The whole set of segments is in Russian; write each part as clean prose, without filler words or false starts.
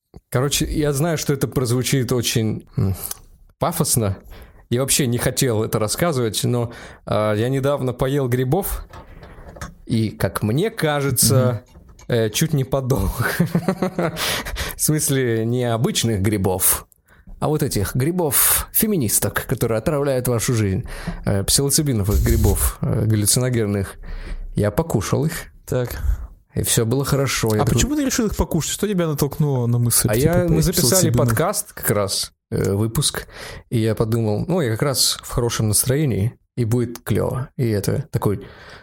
Короче, я знаю, что это прозвучит очень пафосно. Я вообще не хотел это рассказывать, но я недавно поел грибов, и, как мне кажется, чуть не подох. В смысле, не обычных грибов, а вот этих грибов-феминисток, которые отравляют вашу жизнь. Псилоцибиновых грибов, галлюциногенных. Я покушал их. Так. И все было хорошо. Почему ты решил их покушать? Что тебя натолкнуло на мысль? Мы записали подкаст как раз, выпуск, и я подумал, я как раз в хорошем настроении, и будет клево. И это такой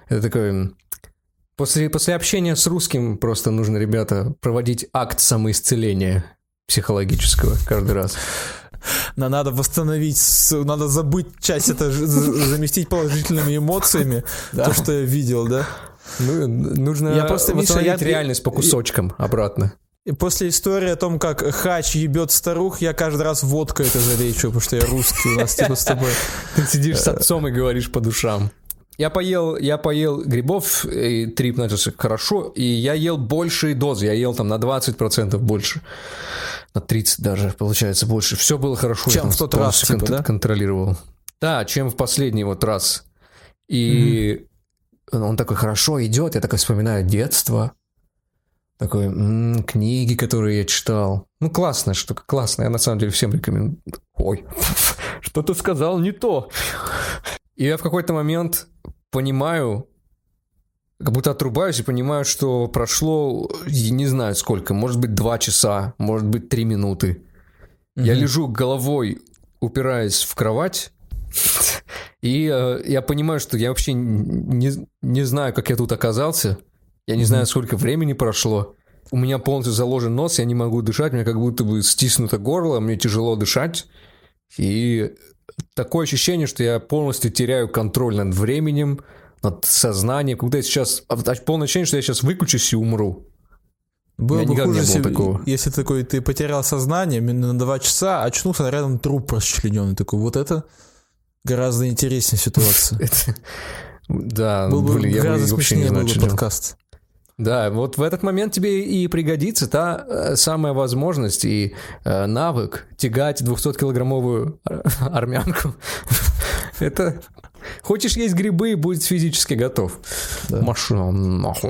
после общения с русским просто нужно, ребята, проводить акт самоисцеления психологического каждый раз. Надо восстановить, надо забыть часть, это заместить положительными эмоциями, то, что я видел, да? Нужно восстановить реальность по кусочкам обратно. И после истории о том, как Хач ебет старух, я каждый раз водкой это залечу, потому что я русский, у нас типа с тобой. Ты сидишь с отцом и говоришь по душам. Я поел грибов, и трип начался хорошо, и я ел большие дозы, я ел там на 20% больше, на 30 даже, получается, больше. Все было хорошо. Чем в тот раз, типа, да? Контролировал. Да, чем в последний вот раз. И он такой хорошо идет, я такой вспоминаю детство, такой, книги, которые я читал. Классная штука, классная, я на самом деле всем рекомендую. Ой, что ты сказал не то. И я в какой-то момент понимаю, как будто отрубаюсь и понимаю, что прошло, не знаю сколько, может быть 2 часа, может быть 3 минуты. Я лежу головой, упираясь в кровать, и я понимаю, что я вообще не знаю, как я тут оказался. Я не знаю, сколько времени прошло. У меня полностью заложен нос, я не могу дышать, у меня как будто бы стиснуто горло, мне тяжело дышать. И такое ощущение, что я полностью теряю контроль над временем, над сознанием. Когда я сейчас... Полное ощущение, что я сейчас выключусь и умру. Было бы хуже, если ты потерял сознание именно на 2 часа, очнулся, а рядом труп расчлененный. Такой, вот это гораздо интереснее ситуация. Да, гораздо смешнее был бы подкаст. Да, вот в этот момент тебе и пригодится та самая возможность и навык тягать 200-килограммовую армянку. Это... Хочешь есть грибы, будь физически готов. Да. Машина нахуй.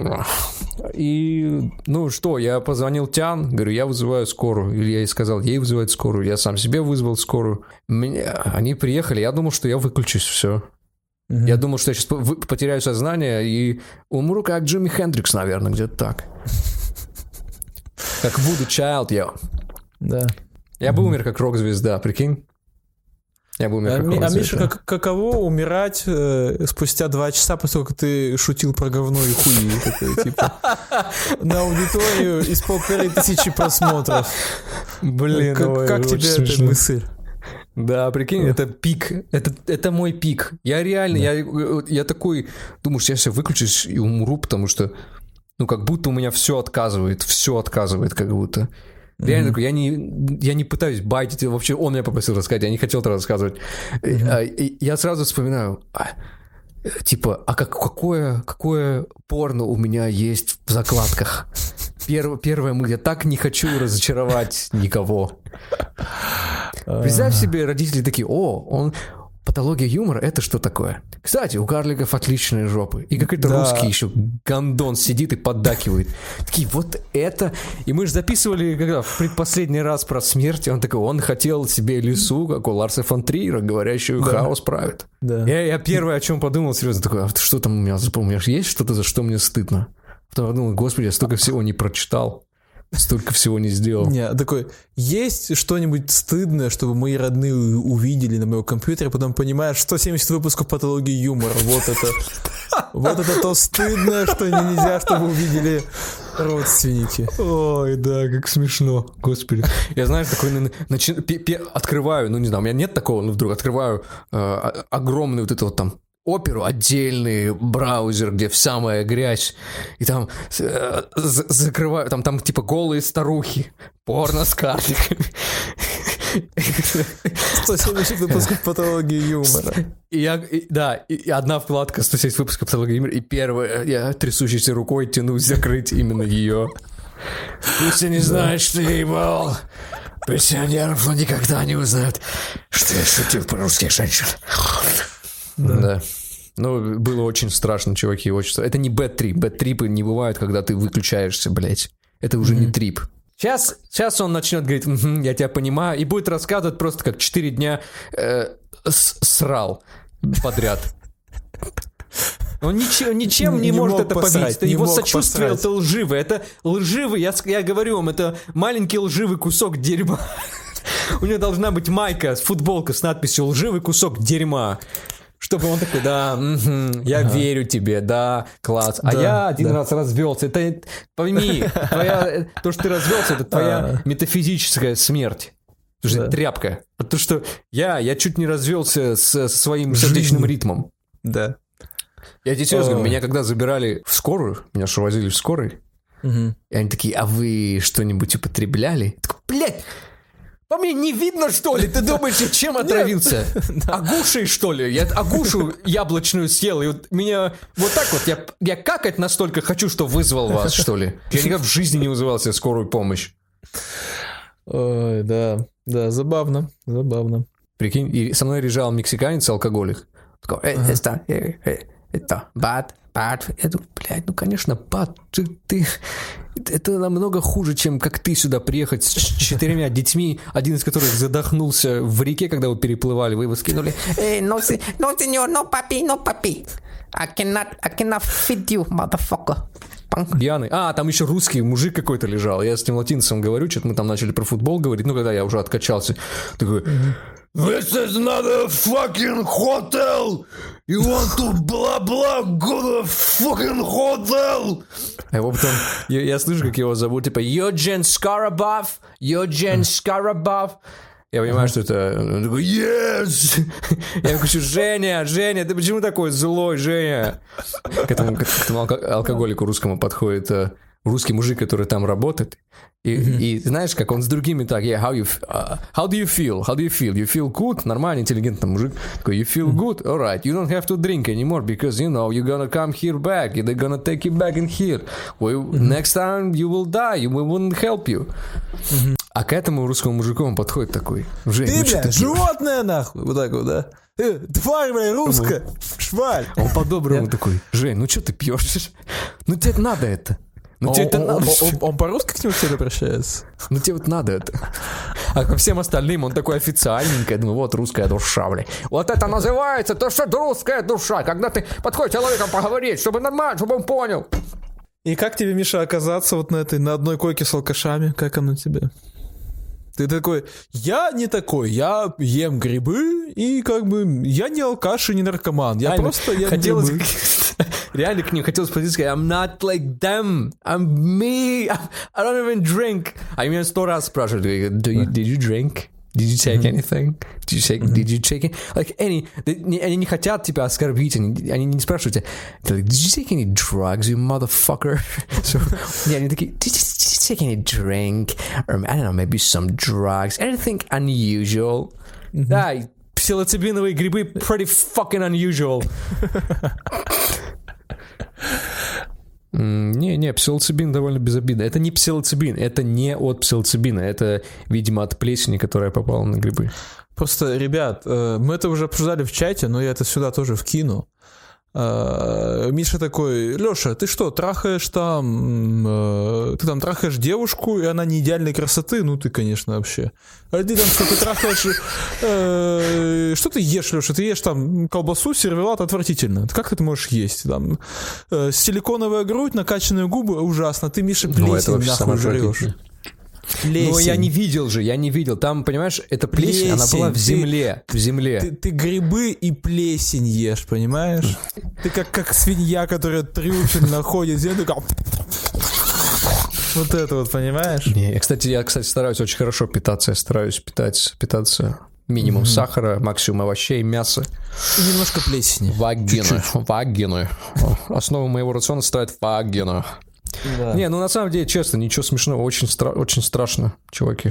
И, я позвонил Тян, говорю, я вызываю скорую. Или я ей сказал, ей вызывать скорую. Я сам себе вызвал скорую. Они приехали, я думал, что я выключусь, все. Я думал, что я сейчас потеряю сознание и умру, как Джимми Хендрикс, наверное, где-то так. Как Вуду Чайлд, Да. Я бы умер, как рок-звезда, прикинь? Я бы умер, как рок-звезда. А Миша, каково умирать спустя 2 часа после того, как ты шутил про говно и хуи? Такой, типа, на аудиторию из 1500 просмотров. Блин, как тебе эта мысль? Да, прикинь, это пик, это мой пик. Я реально, я такой, думаю, что я все выключусь и умру, потому что, как будто у меня все отказывает, как будто. Реально такой, я не пытаюсь байтить, вообще он меня попросил рассказать, я не хотел это рассказывать. Я сразу вспоминаю, типа, какое порно у меня есть в закладках? Первая мысль, я так не хочу разочаровать никого. Представь себе, родители такие, патология юмора, это что такое? Кстати, у карликов отличные жопы. И какой-то русский еще гандон сидит и поддакивает. Такие, вот это... И мы же записывали когда в предпоследний раз про смерть, он такой, он хотел себе лису, как у Ларса фон Триера, говорящую хаос правит. Да. Я первое, о чем подумал, серьезно, такой, что там у меня есть что-то, за что мне стыдно? Потом подумал, господи, я столько всего не прочитал. Столько всего не сделал. Не, такой, есть что-нибудь стыдное, чтобы мои родные увидели на моем компьютере, потом понимаешь, 170 выпусков патологии юмора. Вот это то стыдное, что нельзя, чтобы увидели родственники. Ой, да, как смешно. Господи. Я, знаешь, такой открываю, не знаю, у меня нет такого, но вдруг открываю огромный вот это вот там Оперу, отдельный браузер, где вся моя грязь, и там закрываю, там типа голые старухи, порно с картиками. 170 выпусков патологии юмора. И одна вкладка 170 выпусков патологии юмора, и первая, я трясущейся рукой тянусь закрыть именно ее. Пусть они знают, что я ебал пенсионеров, но никогда не узнают, что я шутил про русских женщин. Да. Ну, было очень страшно, чуваки, очень. Это не бэд-трип. Бэд-трипы не бывают, когда ты выключаешься, блядь. Это уже не трип. Сейчас он начнет говорить, я тебя понимаю, и будет рассказывать просто, как 4 дня срал подряд. Он ничем не может это победить. Его сочувствие это лживое. Это лживый, я говорю вам, это маленький лживый кусок дерьма. У него должна быть майка, футболка с надписью «Лживый кусок дерьма». Чтобы он такой, да, я верю тебе, да, класс. А я один раз развелся. Это, пойми, то, что ты развелся, это твоя метафизическая смерть. Потому что это тряпка. Потому что я чуть не развелся со своим сердечным ритмом. Да. Я тебе серьезно говорю, меня когда забирали в скорую, меня что, возили в скорой, и они такие, а вы что-нибудь употребляли? Я такой, блядь, по мне не видно, что ли? Ты думаешь, я чем отравился? Агушей, что ли? Я агушу яблочную съел, и вот меня вот так вот, я какать настолько хочу, что вызвал вас, что ли? Я никогда в жизни не вызывал себе скорую помощь. Ой, да, забавно. Прикинь, и со мной лежал мексиканец, алкоголик. Такой, это bad. Я думаю, блядь, ну, конечно, bad. Ты... Это намного хуже, чем как ты сюда приехать с 4 детьми, один из которых задохнулся в реке, когда вы переплывали, вы его скинули. No, señor, no, papi. I cannot feed you, motherfucker. Пьяный. Там еще русский мужик какой-то лежал. Я с этим латинцем говорю, что-то мы там начали про футбол говорить, когда я уже откачался. Такой... This is not a fucking hotel! You want to blah-blah go to a fucking hotel! А его потом... Я слышу, как его зовут, типа Eugen Skarabov. Я понимаю, что это... Он такой, yes! Я говорю, Женя, ты почему такой злой, Женя? К этому алкоголику русскому подходит русский мужик, который там работает. И знаешь, как он с другими так, how do you feel? You feel good? Нормальный, интеллигентный мужик. Такой, you feel good? Alright, you don't have to drink anymore, because, you know, you're gonna come here back, they're gonna take you back in here. Next time you will die, we won't help you. А к этому русскому мужику он подходит такой, Жень, ты, бля, животное, нахуй, вот так вот, да? Тварь, бля, русская, шваль. Он по-доброму такой, Жень, ну что ты пьешь? Ну тебе надо это. Ну тебе это надо. Он по-русски к нему всегда обращается? Ну тебе вот надо это. А ко всем остальным он такой официальненький. Я думаю, вот русская душа, бля. Вот это называется, то что русская душа. Когда ты подходишь с человеком поговорить, чтобы нормально, чтобы он понял. И как тебе, Миша, оказаться вот на одной койке с алкашами? Как оно тебе? Ты такой, я не такой, я ем грибы, и как бы я не алкаш и не наркоман, я просто ем грибы. Реально к ним хотелось подойти, I'm not like them, I'm me, I don't even drink. А меня 100 раз спрашивали, did you drink? Did you take anything? Did you take it? Like any, они не хотят тебя оскорбить, они не спрашивают тебя, did you take any drugs, you motherfucker? So, они такие, did you take any drink? Or, I don't know, maybe some drugs, anything unusual? Да, псилоцибиновые грибы pretty fucking unusual. Не, псилоцибин довольно безобидно. Это не псилоцибин, это не от псилоцибина, это, видимо, от плесени, которая попала на грибы. Просто, ребят, мы это уже обсуждали в чате, но я это сюда тоже вкину. Миша такой, Леша, ты что, трахаешь там, ты там трахаешь девушку, и она не идеальной красоты? Ну ты, конечно, вообще. А ты там что, ты трахаешь, что ты ешь, Леша? Ты ешь там колбасу, сервелат, отвратительно. Как ты это можешь есть? Там силиконовая грудь, накачанные губы, ужасно. Ты, Миша, плесень нахуй жрешь. Плесень. Но я не видел. Там, понимаешь, эта плесень, она была в земле. Ты грибы и плесень ешь, понимаешь? Ты как свинья, которая трюфель находит землю, такая... Вот это вот, понимаешь? Не, я, кстати, стараюсь очень хорошо питаться. Я стараюсь питаться минимум сахара, максимум овощей, мяса. И немножко плесени. Вагины. Основу моего рациона составит вагина. Да. Не, ну на самом деле, честно, ничего смешного, очень страшно, чуваки.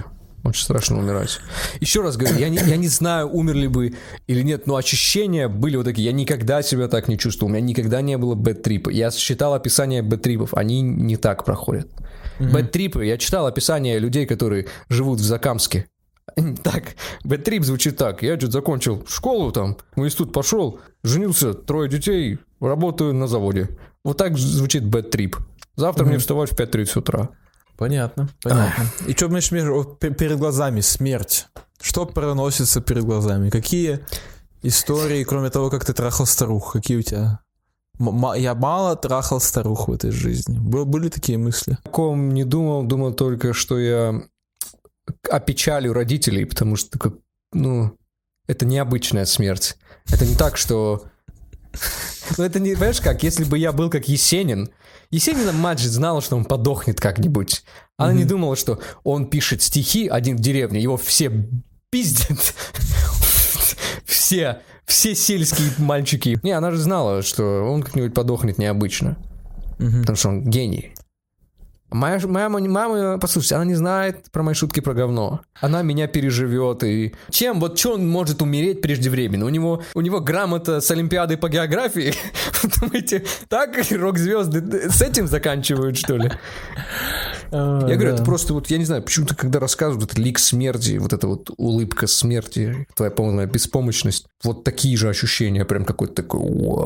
Очень страшно умирать. Еще раз говорю, я не знаю, умерли бы или нет, но ощущения были вот такие. Я никогда себя так не чувствовал. У меня никогда не было бэд-трипа. Я читал описание бэд-трипов. Они не так проходят. Бэд-трипы. Я читал описание людей, которые живут в Закамске. Так, бэд-трип звучит так. Я что-то закончил школу там, в институт пошел, женился, 3 детей, работаю на заводе. Вот так звучит бэд-трип. Завтра мне вставать в 5:30 утра. Понятно. И что, перед глазами смерть? Что проносится перед глазами? Какие истории, кроме того, как ты трахал старух? Какие у тебя? Я мало трахал старух в этой жизни. Были такие мысли? О таком не думал. Думал только, что я опечалю родителей, потому что, это необычная смерть. Это не так, что... это не, понимаешь как, если бы я был как Есенина мать же знала, что он подохнет как-нибудь. Она не думала, что он пишет стихи один в деревне, его все пиздят. Все сельские мальчики. Не, она же знала, что он как-нибудь подохнет необычно. Потому что он гений. Моя мама, послушайте, она не знает про мои шутки про говно. Она меня переживет. И чем он может умереть преждевременно? У него грамота с Олимпиадой по географии. Думаете, так рок-звезды с этим заканчивают, что ли? Я говорю, это просто я не знаю, почему-то, когда рассказывают этот лик смерти, вот эта вот улыбка смерти, твоя полная беспомощность, вот такие же ощущения, прям какой-то такой...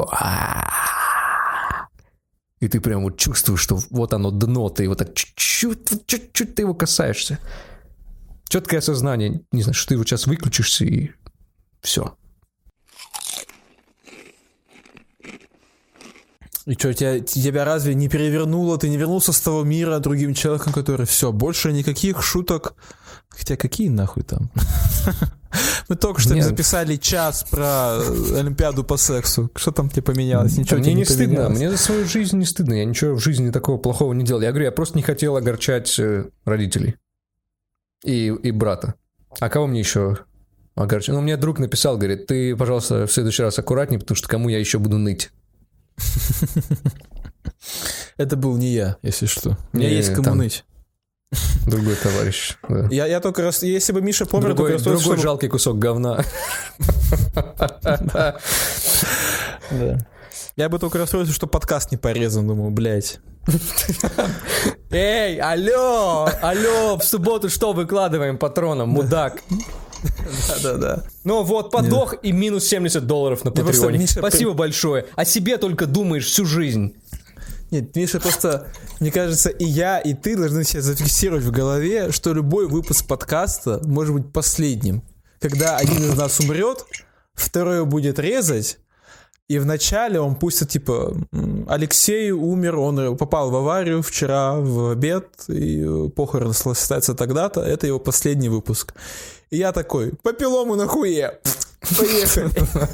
И ты прям вот чувствуешь, что вот оно дно, ты его так чуть-чуть ты его касаешься. Четкое осознание, не знаю, что ты его сейчас выключишься и все. И что, тебя разве не перевернуло? Ты не вернулся с того мира другим человеком, который все, больше никаких шуток. Хотя какие нахуй там? Мы только что записали час про Олимпиаду по сексу. Что там тебе поменялось? Ничего мне не стыдно. Мне за свою жизнь не стыдно. Я ничего в жизни такого плохого не делал. Я говорю, я просто не хотел огорчать родителей и брата. А кого мне еще огорчать? Мне друг написал, говорит, ты, пожалуйста, в следующий раз аккуратнее, потому что кому я еще буду ныть. Это был не я, если что. У меня есть кому ныть. Другой товарищ. Да. Я только раз... Если бы Миша помер... Другой жалкий кусок говна. Я бы только расстроился, что подкаст не порезан. Думаю, блядь. Эй, алло, в субботу что выкладываем патроном, мудак? Да. Ну вот, подох и минус $70 на Патреоне. Спасибо большое. О себе только думаешь всю жизнь. Нет, Миша, просто, мне кажется, и я, и ты должны себя зафиксировать в голове, что любой выпуск подкаста может быть последним. Когда один из нас умрет, второй будет резать, и вначале он пустит, типа, Алексей умер, он попал в аварию вчера в обед, и похорон состоится тогда-то, это его последний выпуск. И я такой, папиллому нахуе, поехали.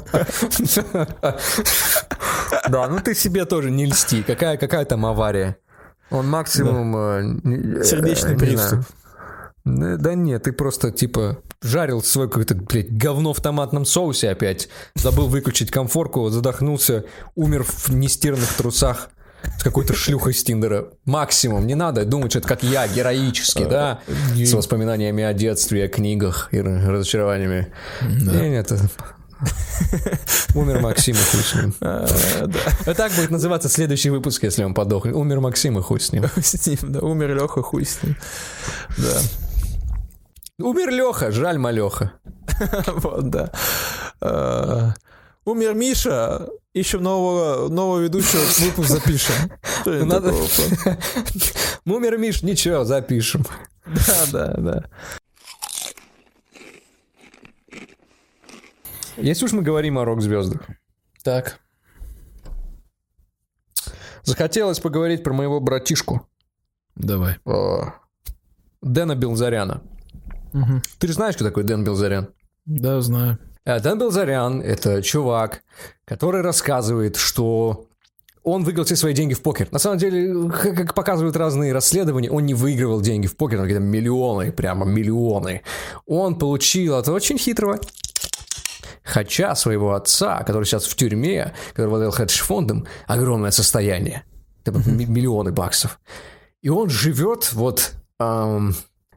Да, ты себе тоже не льсти. Какая там авария? Он максимум... Сердечный приступ. Да нет, ты просто, типа, жарил свое какое-то, говно в томатном соусе опять. Забыл выключить комфорку, задохнулся, умер в нестиранных трусах с какой-то шлюхой с Тиндера. Максимум. Не надо думать, что это как я, героически, да? С воспоминаниями о детстве, о книгах и разочарованиями. Нет, это... Умер Максим, и хуй с ним. Так будет называться следующий выпуск, если он подохнет. Умер Максим, и хуй с ним. Умер Леха, хуй с ним. Да. Умер Леха, жаль малеха. Вот, да. Умер Миша, ищем нового ведущего, выпуск запишем. Умер Миш, ничего, запишем. Да. Если уж мы говорим о рок-звездах. Так. Захотелось поговорить про моего братишку. Давай. Дэна Белзаряна. Угу. Ты же знаешь, кто такой Дэн Белзарян? Да, знаю. Дэн Белзарян — это чувак, который рассказывает, что он выиграл все свои деньги в покер. На самом деле, как показывают разные расследования, он не выигрывал деньги в покер, какие-то миллионы, прямо миллионы. Он получил от очень хитрого хача своего отца, который сейчас в тюрьме, который владел хедж-фондом, огромное состояние. Миллионы баксов. И он живет вот...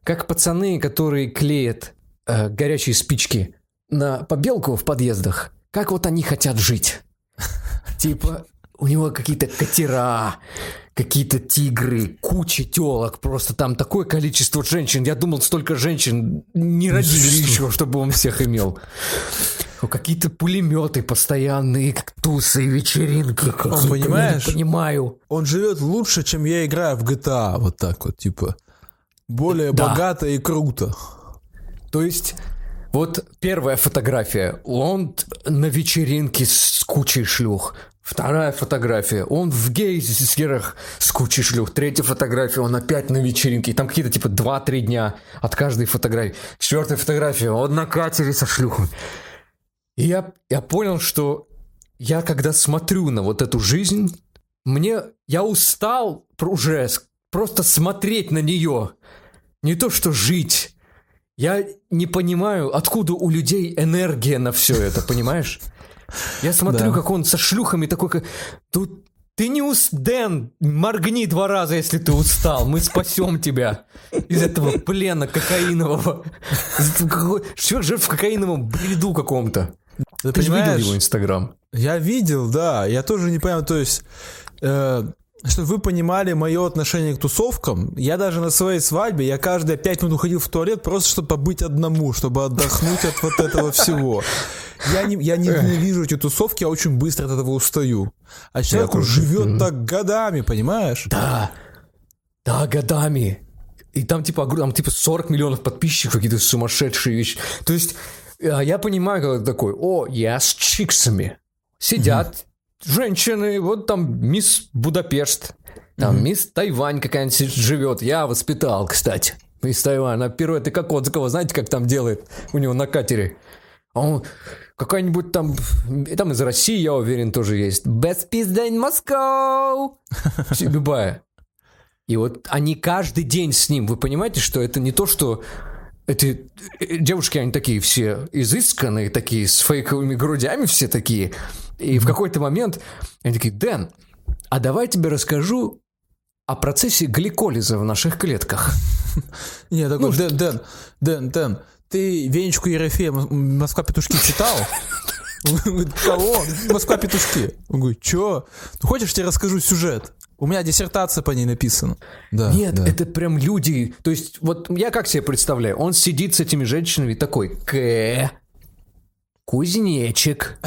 как пацаны, которые клеят горячие спички на побелку в подъездах, как вот они хотят жить. Типа, у него какие-то катера, какие-то тигры, куча телок, просто там такое количество женщин. Я думал, столько женщин не родили еще, чтобы он всех имел. Какие-то пулеметы постоянные, тусы, вечеринки. Понимаешь? Я не понимаю. Он живет лучше, чем я играю в GTA, вот так вот, типа. Более богато и круто. То есть, вот первая фотография. Он на вечеринке с кучей шлюх. Вторая фотография. Он в гейзерах с кучей шлюх. Третья фотография. Он опять на вечеринке. И там какие-то типа 2-3 дня от каждой фотографии. Четвертая фотография. Он на катере со шлюхом. И я понял, что я когда смотрю на вот эту жизнь, я устал уже просто смотреть на нее. Не то что жить. Я не понимаю, откуда у людей энергия на все это, понимаешь? Я смотрю, как он со шлюхами такой, как... Тут ты не Дэн, моргни 2 раза, если ты устал. Мы спасем тебя из этого плена кокаинового. Человек живет в кокаиновом бреду каком-то. Ты же видел его Инстаграм? Я видел, да. Я тоже не понимаю, то есть... Чтобы вы понимали мое отношение к тусовкам, я даже на своей свадьбе, я каждые 5 минут уходил в туалет просто, чтобы побыть одному, чтобы отдохнуть от вот этого всего. Я не вижу эти тусовки, я очень быстро от этого устаю. А человек живет так годами, понимаешь? Да, годами. И там типа 40 миллионов подписчиков, какие-то сумасшедшие вещи. То есть я понимаю, когда такой, я с чиксами. Сидят женщины, вот там мисс Будапешт, там мисс Тайвань какая-нибудь живет. Я воспитал, кстати, мисс Тайвань. Она пируэты как Отзыкова, знаете, как там делает у него на катере? А он какая-нибудь там из России, я уверен, тоже есть. Best pizza in Moscow. Любая. И вот они каждый день с ним. Вы понимаете, что это не то, что... Эти девушки, они такие все изысканные, такие с фейковыми грудями все такие. И в какой-то момент они такие: Дэн, а давай я тебе расскажу о процессе гликолиза в наших клетках. Не, такой, Дэн, ты Венечку Ерофея «Москва-петушки» читал? Он говорит: кого? «Москва-петушки». Он говорит: чё? Ну, хочешь, я тебе расскажу сюжет? У меня диссертация по ней написана. Да, нет, это прям люди. То есть, вот я как себе представляю, он сидит с этими женщинами и такой: кузнечик.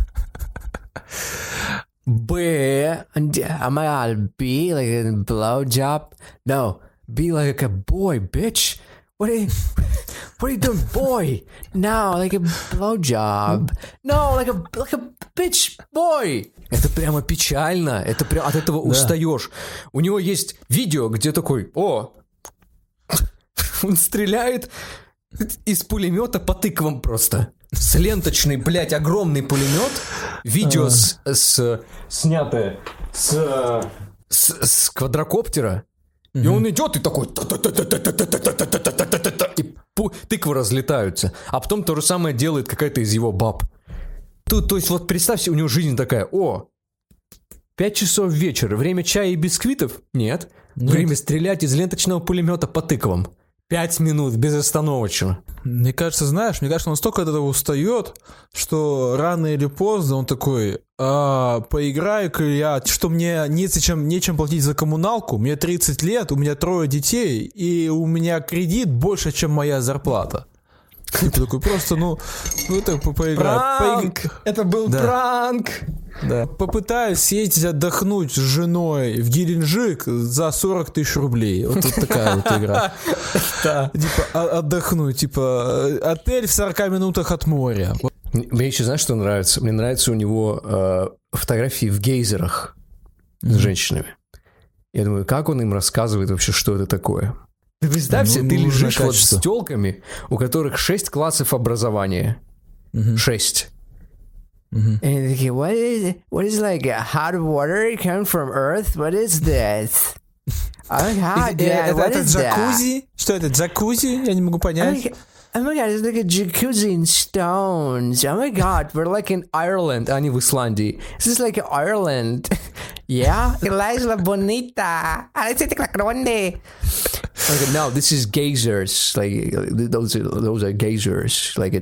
Am I be like a blowjob? No, be like a boy, bitch. What are you doing, boy? No, like a blowjob. No, like a bitch, boy. Это прямо печально. Это прям от этого устаешь. У него есть видео, где такой: он стреляет из пулемета по тыквам просто. С ленточный, блядь, огромный пулемет. Видео снятое с квадрокоптера. И он идет и такой... И тыквы разлетаются. А потом то же самое делает какая-то из его баб. То есть вот представьте, у него жизнь такая: 5 часов вечера, время чая и бисквитов? Нет. Время стрелять из ленточного пулемета по тыквам. 5 минут безостановочно. Мне кажется, он настолько от этого устает, что рано или поздно он такой: поиграю-ка я, что мне нечем платить за коммуналку, мне 30 лет, у меня 3 детей, и у меня кредит больше, чем моя зарплата. Типа такой просто, это поиграть. Пранк! Это был пранк! Да. Попытаюсь съездить отдохнуть с женой в Геленджик за 40 тысяч рублей. Вот такая вот игра. Типа отдохнуть, типа отель в 40 минутах от моря. Мне еще, знаешь, что нравится? Мне нравится у него фотографии в гейзерах с женщинами. Я думаю, как он им рассказывает вообще, что это такое? Ты представь себе, ты лежишь вот с тёлками, у которых 6 классов образования. 6. And they're like, what is like hot water coming from Earth? What is this? Это джакузи? Что это, джакузи? Я не могу понять. Oh my god, it's like a jacuzzi in stones. Oh my god, we're like in Ireland, а не в Исландии. This is like Ireland. Yeah? La isla bonita. Like, no, this is geysers. Like those are geysers. Like a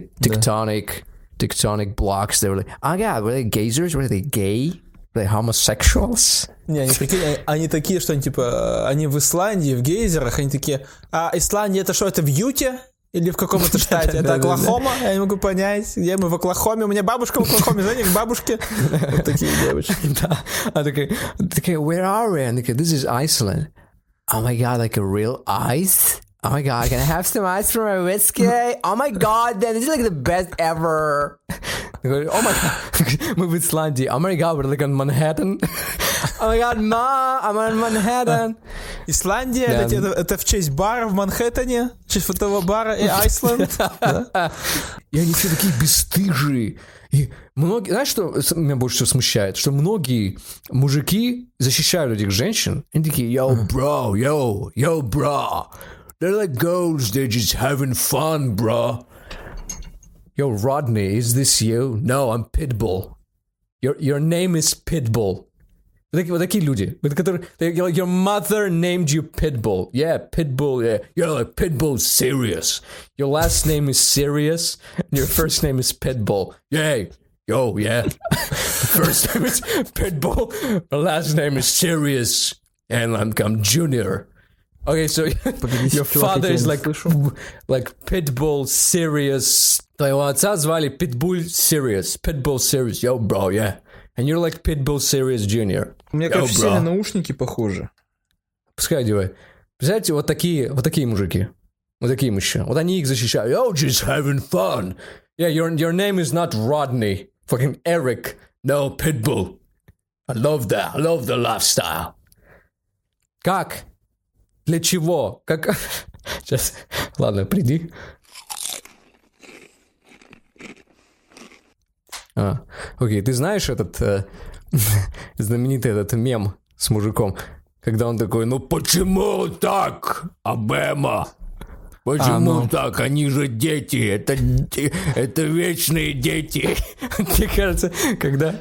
tectonic blocks. They were like, oh god, were they geysers? Were they gay? Were they homosexuals? Не, они, прикинь, они такие, что они, типа, они в Исландии, в гейзерах, они такие, а Исландия это что, это в Юте? Или в каком-то штате? Это Оклахома? Я не могу понять. Где мы в Оклахоме? У меня бабушка в Оклахоме, звони к бабушке. Вот такие девочки. Да. А такие, where are we? And такие, this is Iceland. Oh my god, like a real ice? Oh my god, can I have some ice for my whiskey? Oh my god, then this is like the best ever. Oh my god, мы в Исландии. Oh my god, we're like on Manhattan. Oh my god, ma, I'm on Manhattan. Исландия, это в честь бара в Манхэттене, в честь этого бара и Айсленд. И они все такие бесстыжие. И многие, знаешь, что меня больше всего смущает? Что многие мужики защищают этих женщин. Они такие, yo, bro. They're like girls, they're just having fun, bro. Yo, Rodney, is this you? No, I'm Pitbull. Your name is Pitbull. Вот такие люди, которые, your mother named you Pitbull. Yeah, Pitbull, yeah. You're like, Pitbull's serious. Your last name is Serious, and your first name is Pitbull. Yeah, yo, yeah. First name is Pitbull, my last name is Serious, and I'm Junior. Okay, so your father is like Pitbull Serious. Твоего отца звали Pitbull Serious. Pitbull Serious. Yo, bro, yeah. And you're like Pitbull Serious Junior. У меня, короче, сильно наушники похожи. Пускай одевай. Представляете, вот такие мужики. Вот такие мужчины. Вот они их защищают. Yo, just having fun. Yeah, your name is not Rodney. Fucking Eric. No, Pitbull. I love that. I love the lifestyle. Как? Для чего? Как? Сейчас. Ладно, приди. Окей, ты знаешь этот знаменитый этот мем с мужиком, когда он такой, ну почему так, Обама? Почему так? Они же дети, это вечные дети. Мне кажется, когда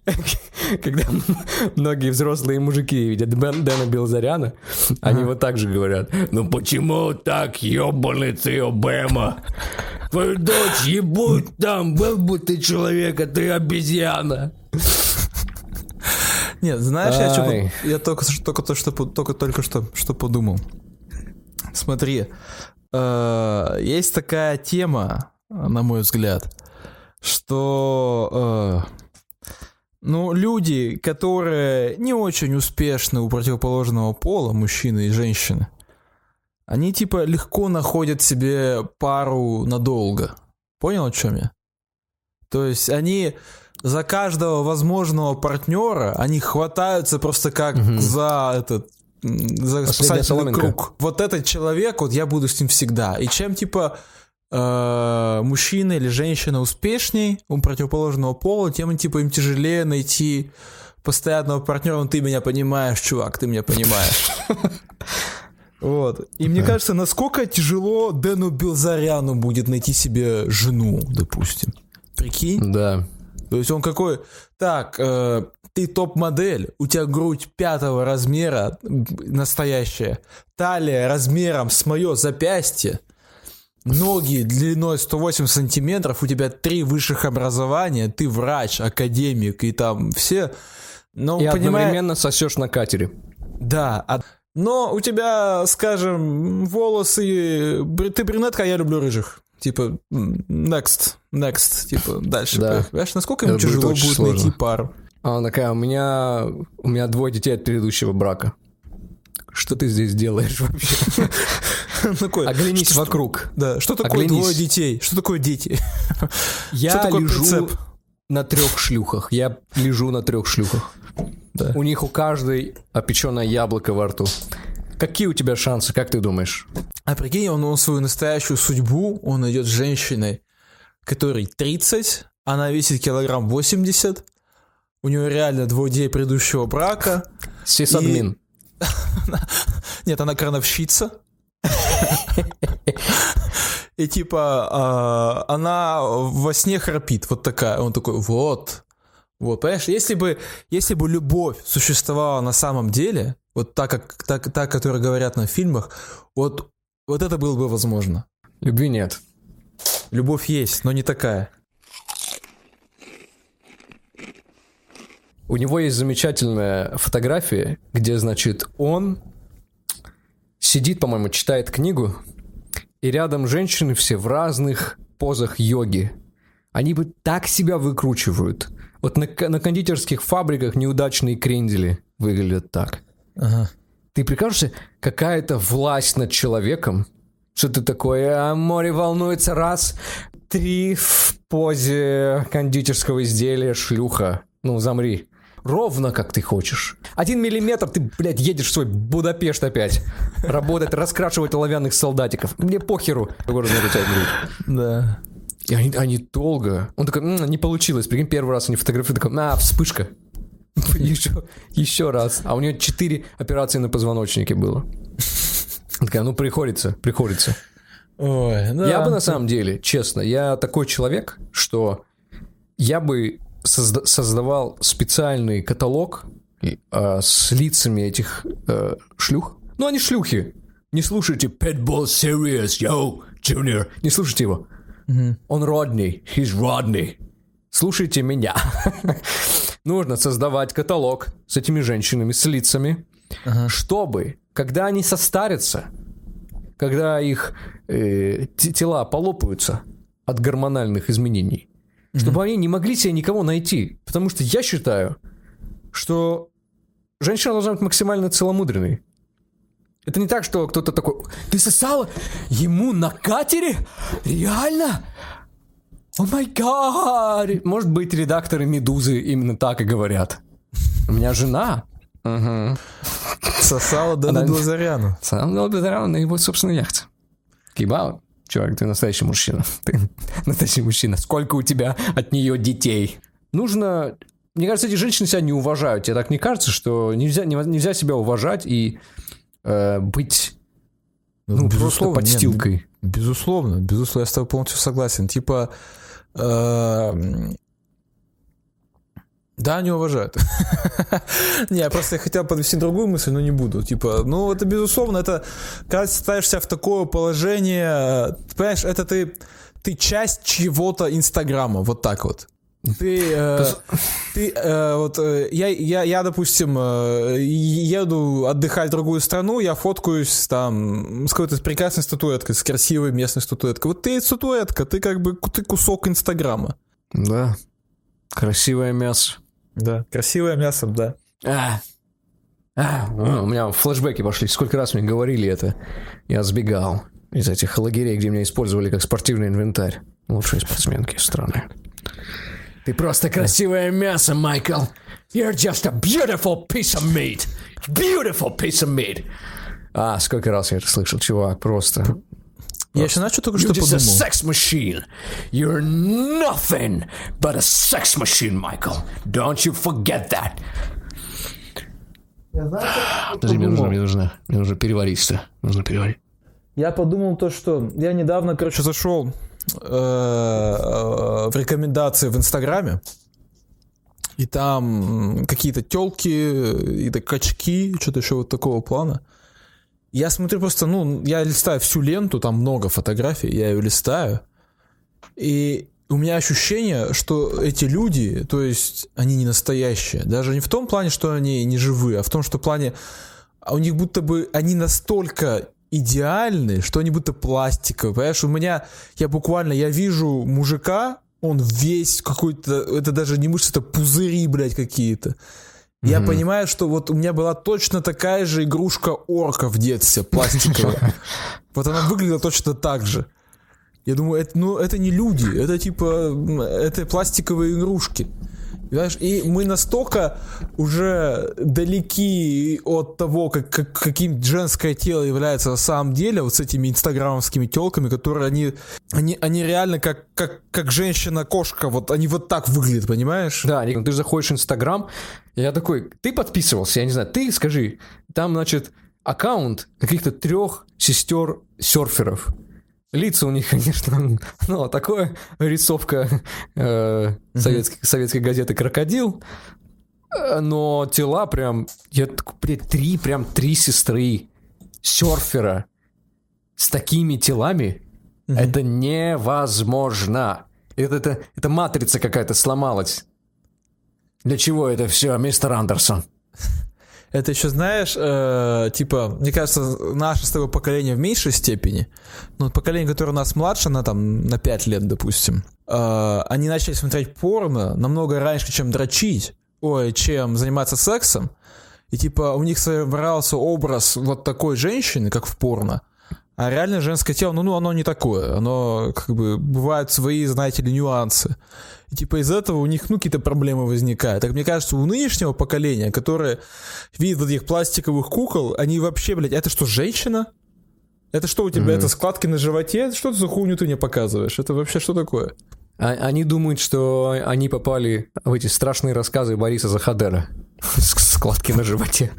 многие взрослые мужики видят Дэна Билзаряна, они вот так же говорят, ну почему так, ёбаный ты, Обама? Твою дочь ебут там, был бы ты человек, а ты обезьяна. Нет, знаешь, я только что подумал. Смотри, есть такая тема, на мой взгляд, что люди, которые не очень успешны у противоположного пола, мужчины и женщины, они типа легко находят себе пару надолго. Понял, о чем я? То есть они за каждого возможного партнера, они хватаются просто как за спасательный круг. Вот этот человек, вот я буду с ним всегда. И чем типа мужчина или женщина успешней у противоположного пола, тем типа им тяжелее найти постоянного партнера. Ну, ты меня понимаешь, чувак, ты меня понимаешь. Вот. И мне кажется, насколько тяжело Дэну Билзаряну будет найти себе жену, допустим. Прикинь? Да. То есть он какой... Так, ты топ-модель, у тебя грудь 5-го размера настоящая, талия размером с мое запястье, ноги длиной 108 сантиметров, у тебя 3 высших образования, ты врач, академик и там все... Но, и одновременно сосешь на катере. Да, но у тебя, скажем, волосы... Ты брюнетка, а я люблю рыжих. Типа, next, типа, дальше. Да. Понимаешь, насколько ему тяжело будет найти пару? Она такая, у меня 2 детей от предыдущего брака. Что ты здесь делаешь вообще? Оглянись вокруг. Да, что такое 2 детей? Что такое дети? Я лежу на 3 шлюхах. Да. У них у каждой опеченное яблоко во рту. Какие у тебя шансы, как ты думаешь? А прикинь, он свою настоящую судьбу, он идет с женщиной, которой 30, она весит килограмм 80, у нее реально 2 детей предыдущего брака. Сисадмин. Нет, она крановщица. И типа она во сне храпит, вот такая. Он такой, вот, понимаешь, если бы любовь существовала на самом деле, вот та, которая говорят на фильмах, вот это было бы возможно. Любви нет. Любовь есть, но не такая. У него есть замечательная фотография, где, значит, он сидит, по-моему, читает книгу, и рядом женщины все в разных позах йоги. Они бы так себя выкручивают. Вот на кондитерских фабриках неудачные крендели выглядят так. Ага. Ты прикажешься, какая-то власть над человеком, что ты такое, море волнуется, раз, 3 в позе кондитерского изделия, шлюха. Ну, замри. Ровно как ты хочешь. 1 миллиметр, ты, блядь, едешь в свой Будапешт опять. Работать, раскрашивать оловянных солдатиков. Мне похеру. Да. И они долго. Он такой, не получилось. Прикинь, первый раз они фотографируют, такой, вспышка. Еще раз. А у нее 4 операции на позвоночнике было. Такая, приходится. Ой, да. Я бы на самом деле, честно, я такой человек, что я бы создавал специальный каталог с лицами этих шлюх. Ну, они шлюхи. Не слушайте Pitbull Serious, yo, Junior. Не слушайте его. Он Родни, he's Rodney. Слушайте меня. Нужно создавать каталог с этими женщинами, с лицами, чтобы, когда они состарятся, когда их тела полопаются от гормональных изменений, чтобы они не могли себе никого найти. Потому что я считаю, что женщина должна быть максимально целомудренной. Это не так, что кто-то такой, ты сосала ему на катере? Реально? О май гад! Может быть, редакторы «Медузы» именно так и говорят. У меня жена. Сосала Дану Лазаряну. Сосала Лазаряну на его собственной яхте. Кибал, чувак, ты настоящий мужчина. Ты настоящий мужчина. Сколько у тебя от нее детей? Нужно... Мне кажется, эти женщины себя не уважают. Тебе так не кажется, что нельзя себя уважать и быть просто подстилкой? Нет, безусловно, я с тобой полностью согласен. Типа, да, не уважают. Не, просто я хотел подвести другую мысль, но не буду. Типа, это безусловно, это когда ты ставишься в такое положение, понимаешь, это ты часть чьего-то Инстаграма, вот так вот. Я, допустим, еду отдыхать в другую страну, я фоткаюсь там с какой-то прекрасной статуэткой, с красивой местной статуэткой. Вот ты статуэтка, ты ты кусок Инстаграма. Да, красивое мясо. Да, красивое мясо, да. У меня флешбеки пошли, сколько раз мне говорили это. Я сбегал из этих лагерей, где меня использовали как спортивный инвентарь. Лучшие спортсменки страны. Ты просто красивое мясо, Майкл. You're just a beautiful piece of meat. Beautiful piece of meat. Сколько раз я это слышал, чувак, просто. Я еще начал только что подумал. You're just a sex machine. You're nothing but a sex machine, Michael. Don't you forget that. Подожди, мне нужно переварить-то. Нужно переварить. Я подумал то, что я недавно, зашел в рекомендации в Инстаграме, и там какие-то тёлки, и качки, что-то еще вот такого плана. Я смотрю просто, я листаю всю ленту, там много фотографий, я ее листаю, и у меня ощущение, что эти люди, то есть они не настоящие, даже не в том плане, что они не живые, а в том, что в плане, у них будто бы они настолько идеальны, что они будто пластиковые. Понимаешь, я вижу мужика, он весь какой-то, это даже не мышцы, это пузыри, блядь, какие-то. Я понимаю, что вот у меня была точно такая же игрушка орка в детстве, пластиковая. Вот она выглядела точно так же. Я думаю, это не люди, это это пластиковые игрушки. Понимаешь? И мы настолько уже далеки от того, каким женское тело является на самом деле, вот с этими инстаграмовскими телками, которые они реально как женщина-кошка, вот они вот так выглядят, понимаешь? Да, ты же заходишь в Инстаграм, и я такой, ты подписывался, я не знаю, ты скажи, там, значит, аккаунт каких-то 3 сестер-серферов. Лица у них, конечно, такое рисовка советской газеты «Крокодил». Но тела прям... Я такой, блядь, три сестры серфера с такими телами. Это невозможно. Это матрица какая-то сломалась. Для чего это все, мистер Андерсон? Это еще, знаешь, типа, мне кажется, наше с тобой поколение в меньшей степени, но поколение, которое у нас младше, на 5 лет, допустим, они начали смотреть порно намного раньше, чем дрочить, чем заниматься сексом, и типа у них собрался образ вот такой женщины, как в порно, а реально женское тело, ну, оно не такое, оно как бы бывают свои, знаете ли, нюансы. И типа из этого у них, какие-то проблемы возникают. Так мне кажется, у нынешнего поколения, которое видит вот этих пластиковых кукол, они вообще, блядь, это что, женщина? Это что у тебя, это складки на животе? Что за хуйню ты мне показываешь? Это вообще что такое? Они думают, что они попали в эти страшные рассказы Бориса Захадера. Складки на животе.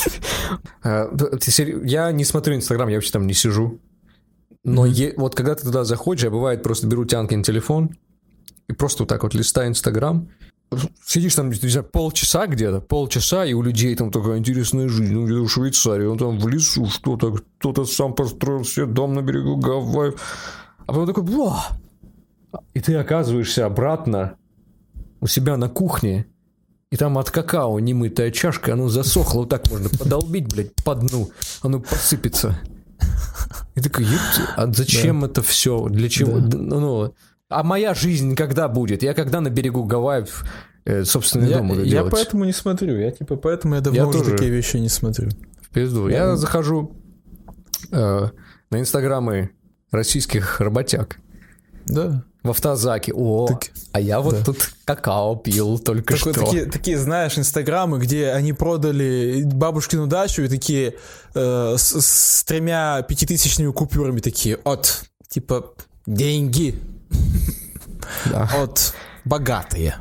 Я не смотрю Инстаграм, я вообще там не сижу. Но вот когда ты туда заходишь, я бывает просто беру Тянкин телефон и просто вот так вот листаю Инстаграм. Сидишь там, не знаю, полчаса, и у людей там такая интересная жизнь. Ну, где-то в Швейцарии, он там в лесу что-то, кто-то сам построил себе дом на берегу Гавайев. А потом такой, бла! И ты оказываешься обратно у себя на кухне, и там от какао немытая чашка, оно засохло, вот так можно подолбить, блядь, по дну, оно посыпется. И такой, а зачем это все? Для чего? Ну, а моя жизнь когда будет? Я когда на берегу Гавайев собственный дом буду делать? Я поэтому не смотрю, поэтому я давно уже такие вещи не смотрю. В пизду. Я захожу на инстаграмы российских работяг. Да. В автозаке. А я вот тут какао пил только что. Такие, знаешь, инстаграмы, где они продали бабушкину дачу и такие с 3 5000-nymi купюрами такие типа деньги от богатые.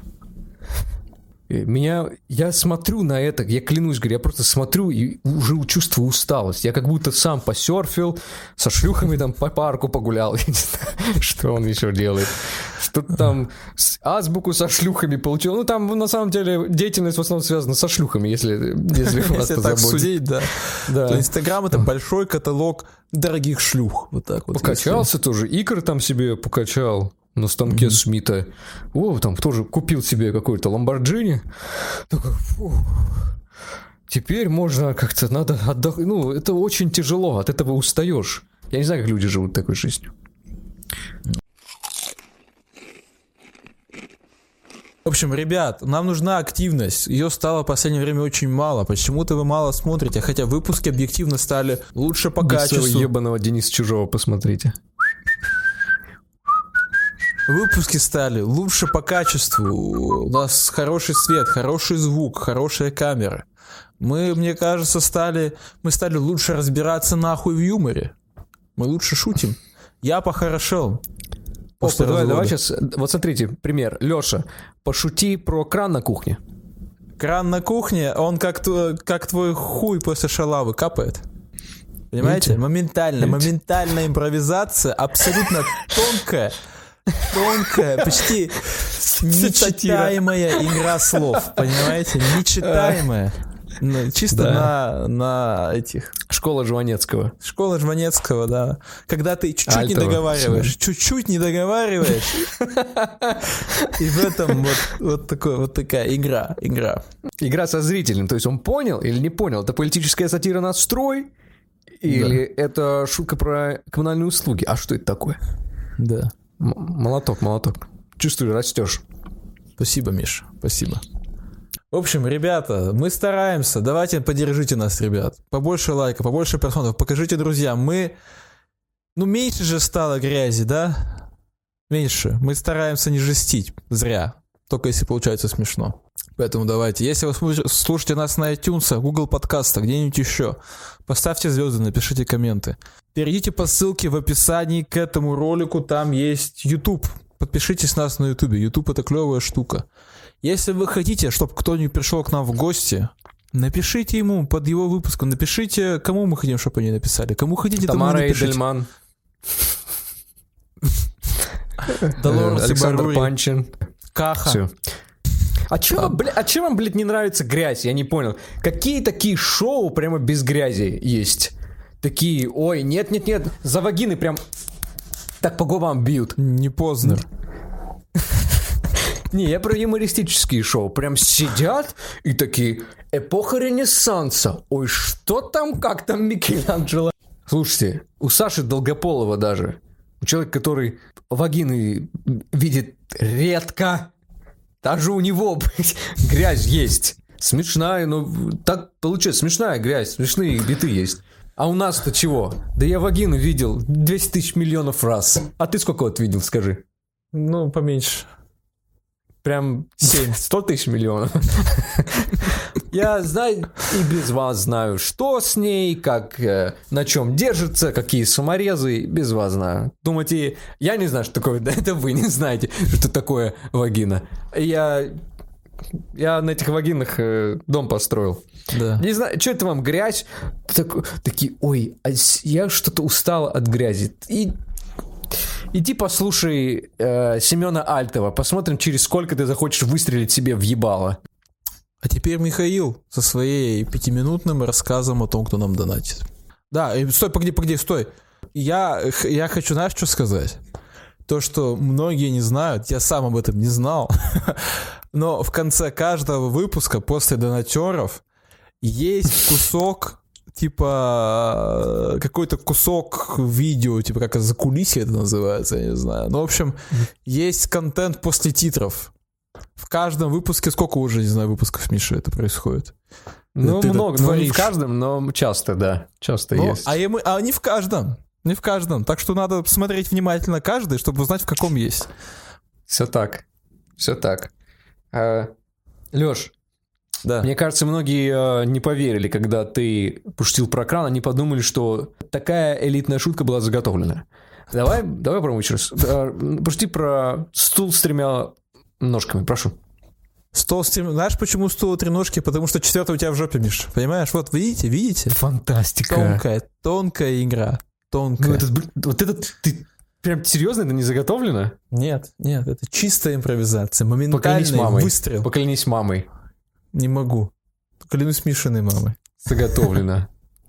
Я смотрю на это, я клянусь, говорю, я просто смотрю и уже чувствую усталость. Я как будто сам посерфил, со шлюхами там по парку погулял. Я не знаю, что он еще делает. Что-то там азбуку со шлюхами получил. Ну, там, на самом деле, деятельность в основном связана со шлюхами, если вас это так заботит. Судить, да. То Инстаграм — это большой каталог дорогих шлюх. Вот так вот. Покачался тоже, игры там себе покачал. На станке Смита. Там тоже купил себе какой-то Ламборджини. Такой, теперь можно как-то, надо отдохнуть. Ну, это очень тяжело, от этого устаешь. Я не знаю, как люди живут такой жизнью. В общем, ребят, нам нужна активность. Ее стало в последнее время очень мало. Почему-то вы мало смотрите, хотя выпуски объективно стали лучше по качеству. Без ебаного Дениса Чужого посмотрите. Выпуски стали лучше по качеству. У нас хороший свет, хороший звук, хорошая камера. Мне кажется, мы стали лучше разбираться нахуй в юморе. Мы лучше шутим. Я похорошел. Давай сейчас, вот смотрите, пример. Леша, пошути про кран на кухне. Кран на кухне, он как твой хуй после шалавы капает. Понимаете? Моментальная импровизация, абсолютно тонкая, почти нечитаемая игра слов, понимаете? Нечитаемая. Чисто на этих... Школа Жванецкого, да. Когда ты чуть-чуть не договариваешь, и в этом вот такая игра. Игра со зрителем, то есть он понял или не понял? Это политическая сатира на строй? Или это шутка про коммунальные услуги? А что это такое? Да. Молоток. Чувствую, растешь. Спасибо, Миша, спасибо. В общем, ребята, мы стараемся. Давайте поддержите нас, ребят. Побольше лайков, побольше просмотров. Покажите друзьям. Меньше же стало грязи, да? Меньше. Мы стараемся не жестить зря. Только если получается смешно. Поэтому давайте. Если вы слушаете нас на iTunes, Google подкастах, где-нибудь еще, поставьте звезды, напишите комменты. Перейдите по ссылке в описании к этому ролику. Там есть YouTube. Подпишитесь на нас на YouTube. YouTube — это клевая штука. Если вы хотите, чтобы кто-нибудь пришел к нам в гости, напишите ему под его выпуском. Напишите, кому мы хотим, чтобы они написали. Кому хотите, Тамара Эйдельман. Долорес Александр Панчин. Каха. Все. А чем вам, блядь, не нравится грязь? Я не понял. Какие такие шоу прямо без грязи есть? Такие, ой, нет, за вагины прям так по губам бьют. Не Познер. Не, я про юмористические шоу. Прям сидят и такие, эпоха Ренессанса. Ой, что там, как там Микеланджело? Слушайте, у Саши Долгополова даже, у человека, который вагины видит редко, даже у него, блядь, грязь есть. Смешная, но так получается, смешная грязь, смешные биты есть. А у нас-то чего? Да я вагину видел 200 тысяч миллионов раз. А ты сколько вот видел, скажи? Ну, поменьше. Прям 100 тысяч миллионов. Я знаю и без вас знаю, что с ней, как, на чем держится, какие саморезы, без вас знаю. Думаете, я не знаю, что такое, да это вы не знаете, что такое вагина. Я на этих вагинах дом построил. Да. Не знаю, что это вам, грязь? Такие, ой, я что-то устал от грязи. Иди послушай Семена Альтова. Посмотрим, через сколько ты захочешь выстрелить себе в ебало. А теперь Михаил со своей 5-минутным рассказом о том, кто нам донатит. Да, стой, погоди, стой. Я хочу, знаешь, что сказать? То, что многие не знают, я сам об этом не знал, но в конце каждого выпуска после донатеров есть кусок, типа, какой-то кусок видео, типа, как закулисье это называется, я не знаю. Ну, в общем, есть контент после титров. В каждом выпуске, сколько уже, не знаю, выпусков, Миша, это происходит? Ну, много, но не в каждом, но часто, да, часто есть. А не в каждом, не в каждом. Так что надо смотреть внимательно каждый, чтобы узнать, в каком есть. Все так. Лёш, да. Мне кажется, многие не поверили, когда ты пошутил про кран, они подумали, что такая элитная шутка была заготовлена. Давай попробуем еще раз. Пошути про стул с 3 ножками, прошу. Стол с 3... Знаешь, почему стул 3 ножки? Потому что 4 у тебя в жопе, Миш. Понимаешь? Вот, видите? Фантастика. Тонкая игра. Тонкая. Вот это ты прям серьезно, это не заготовлено? Нет, это чистая импровизация. Моментальный выстрел. Поклянись мамой. Не могу. Клянусь Мишиной мамой. Заготовлено,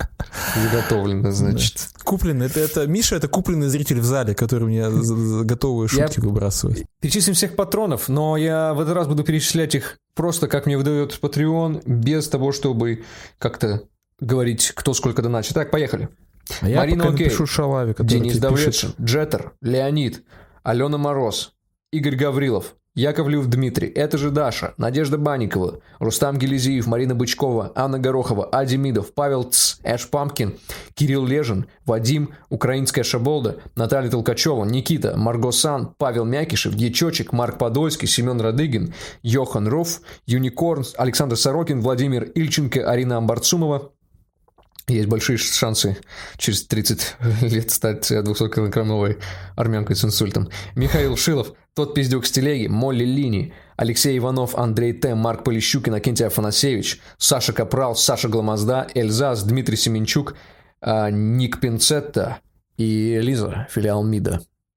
значит. Купленный. Это Миша, это купленный зритель в зале, который мне готовые шутки выбрасывает. Перечислим всех патронов, но я в этот раз буду перечислять их просто, как мне выдает Patreon, без того, чтобы как-то говорить, кто сколько донатит. Так, поехали. А я Марина пока напишу Шалаве, который Денис Давлетшин, Джеттер, Леонид, Алена Мороз, Игорь Гаврилов, Яковлев Дмитрий, это же Даша, Надежда Банникова, Рустам Гелизиев, Марина Бычкова, Анна Горохова, Ади Мидов, Павел Ц, Эш Памкин, Кирилл Лежин, Вадим, Украинская Шаболда, Наталья Толкачева, Никита, Марго Сан, Павел Мякишев, Дьячочек, Марк Подольский, Семен Радыгин, Йохан Руф, Юникорнс, Александр Сорокин, Владимир Ильченко, Арина Амбарцумова. Есть большие шансы через 30 лет стать 200-килограммовой армянкой с инсультом. Михаил Шилов, Тот пиздюк с телеги, Молли Лини, Алексей Иванов, Андрей Т, Марк Полищук, Иннокентий Афанасьевич, Саша Капрал, Саша Гламазда, Эльзас, Дмитрий Семенчук, Ник Пинцетта и Лиза, филиал МИДа.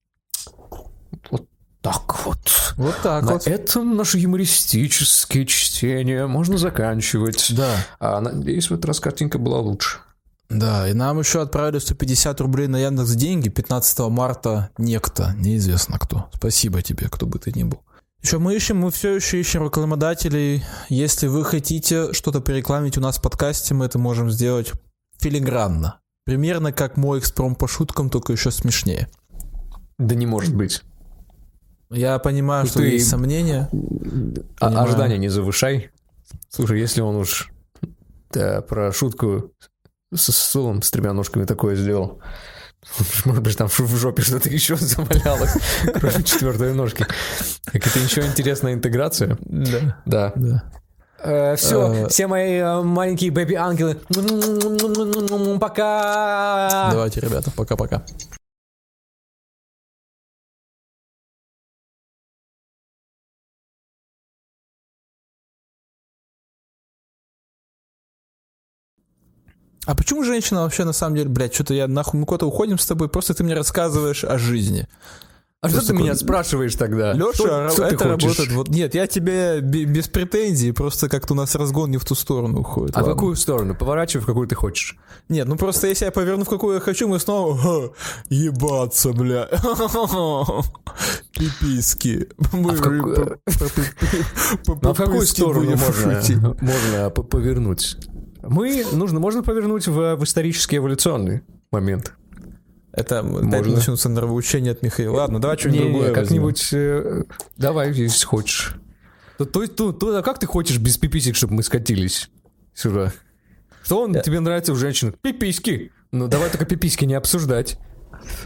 Вот так вот. Вот так на вот. этом наше юмористическое чтение можно заканчивать. Да. Надеюсь, в этот раз картинка была лучше. Да, и нам еще отправили 150 рублей на Яндекс.Деньги 15 марта некто, неизвестно кто. Спасибо тебе, кто бы ты ни был. Мы все еще ищем рекламодателей. Если вы хотите что-то порекламить у нас в подкасте, мы это можем сделать филигранно. Примерно как мой экспром по шуткам, только еще смешнее. Да не может быть. Я понимаю, что есть сомнения. Ожидания не завышай. Слушай, если он уж про шутку со стулом с 3 ножками такое сделал, может быть, там в жопе что-то еще завалялось, кроме 4 ножки. Какая-то еще интересная интеграция. Да. Все мои маленькие бэби-ангелы. Пока. Давайте, ребята, пока-пока. А почему женщина вообще на самом деле, блядь, что-то я нахуй, мы куда-то уходим с тобой, просто ты мне рассказываешь о жизни. А что ты меня спрашиваешь тогда? Леша, что ты это хочешь? работает. Вот, нет, я тебе без претензий, просто как-то у нас разгон не в ту сторону уходит. А в ладно. какую сторону? Поворачивай, в какую ты хочешь. Нет, ну просто если я поверну в какую я хочу, мы снова ебаться, бля. Пиписки. Ну, а в какую сторону можно повернуть? Можно повернуть в исторический эволюционный момент. Это опять начнутся нравоучения от Михаила. Ладно, давай что-нибудь другое как-нибудь... Давай, если хочешь. А как ты хочешь без пиписек, чтобы мы скатились сюда? Что тебе нравится в женщинах? Пиписьки. Ну, давай только пиписьки не обсуждать.